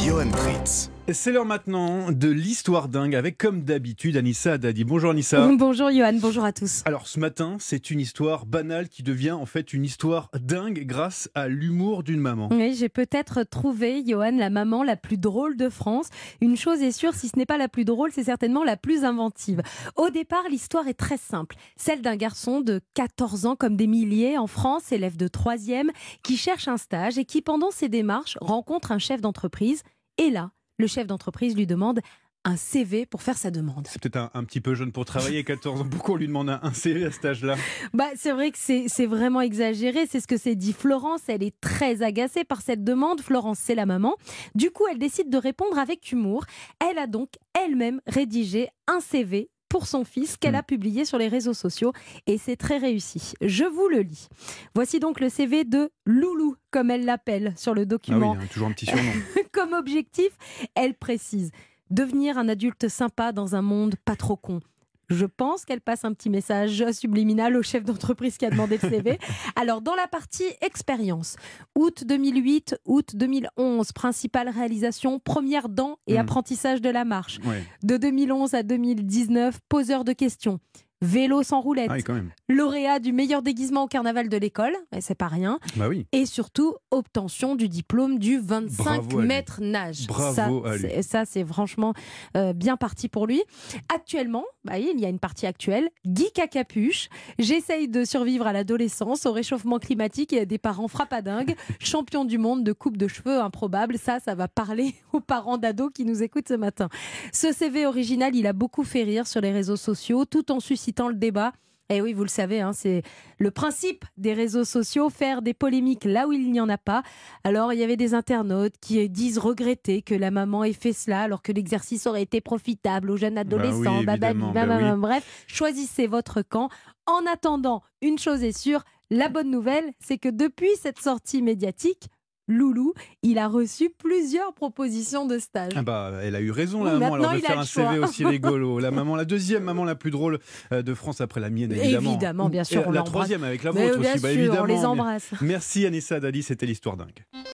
Johan Pritz. C'est l'heure maintenant de l'histoire dingue avec, comme d'habitude, Anissa Haddadi. Bonjour Anissa. Bonjour Johan, bonjour à tous. Alors ce matin, c'est une histoire banale qui devient en fait une histoire dingue grâce à l'humour d'une maman. Oui, j'ai peut-être trouvé, Johan, la maman la plus drôle de France. Une chose est sûre, si ce n'est pas la plus drôle, c'est certainement la plus inventive. Au départ, l'histoire est très simple. Celle d'un garçon de 14 ans, comme des milliers en France, élève de 3e, qui cherche un stage et qui, pendant ses démarches, rencontre un chef d'entreprise. Et là, le chef d'entreprise lui demande un CV pour faire sa demande. C'est peut-être un petit peu jeune pour travailler, 14 ans. Pourquoi on lui demande un CV à cet âge-là ? C'est vrai que c'est vraiment exagéré. C'est ce que s'est dit Florence. Elle est très agacée par cette demande. Florence, c'est la maman. Du coup, elle décide de répondre avec humour. Elle a donc elle-même rédigé un CV pour son fils qu'elle a publié sur les réseaux sociaux et c'est très réussi. Je vous le lis. Voici donc le CV de Loulou, comme elle l'appelle sur le document. Ah oui, toujours un petit surnom. Comme objectif, elle précise devenir un adulte sympa dans un monde pas trop con. Je pense qu'elle passe un petit message subliminal au chef d'entreprise qui a demandé le CV. Alors, dans la partie expérience, août 2008, août 2011, principale réalisation, première dent et apprentissage de la marche. Ouais. De 2011 à 2019, poseur de questions. Vélo sans roulette, Ah oui, quand même. lauréat du meilleur déguisement au carnaval de l'école, et c'est pas rien, Bah oui. et surtout obtention du diplôme du 25 Bravo à lui. mètres nage. Bravo à lui. Ça, c'est franchement bien parti pour lui. Actuellement, il y a une partie actuelle, geek à capuche, j'essaye de survivre à l'adolescence, au réchauffement climatique et à des parents frappadingues, champion du monde de coupe de cheveux improbable. Ça va parler aux parents d'ados qui nous écoutent ce matin. Ce CV original, il a beaucoup fait rire sur les réseaux sociaux, tout en suscitant le débat. Et oui, vous le savez, c'est le principe des réseaux sociaux, faire des polémiques là où il n'y en a pas. Alors, il y avait des internautes qui disent regretter que la maman ait fait cela, alors que l'exercice aurait été profitable aux jeunes adolescents. Bah oui, évidemment, oui. Bref, choisissez votre camp. En attendant, une chose est sûre, la bonne nouvelle, c'est que depuis cette sortie médiatique, Loulou, il a reçu plusieurs propositions de stage. Ah bah, elle a eu raison, la maman, Maintenant, alors de il a faire le un choix. CV aussi rigolo. La maman, la deuxième maman la plus drôle de France après la mienne, évidemment. Évidemment, bien sûr, Et on la l'embrasse. troisième avec la Mais vôtre bien aussi, sûr, évidemment. on les embrasse. Merci Anissa Haddadi, c'était l'histoire dingue.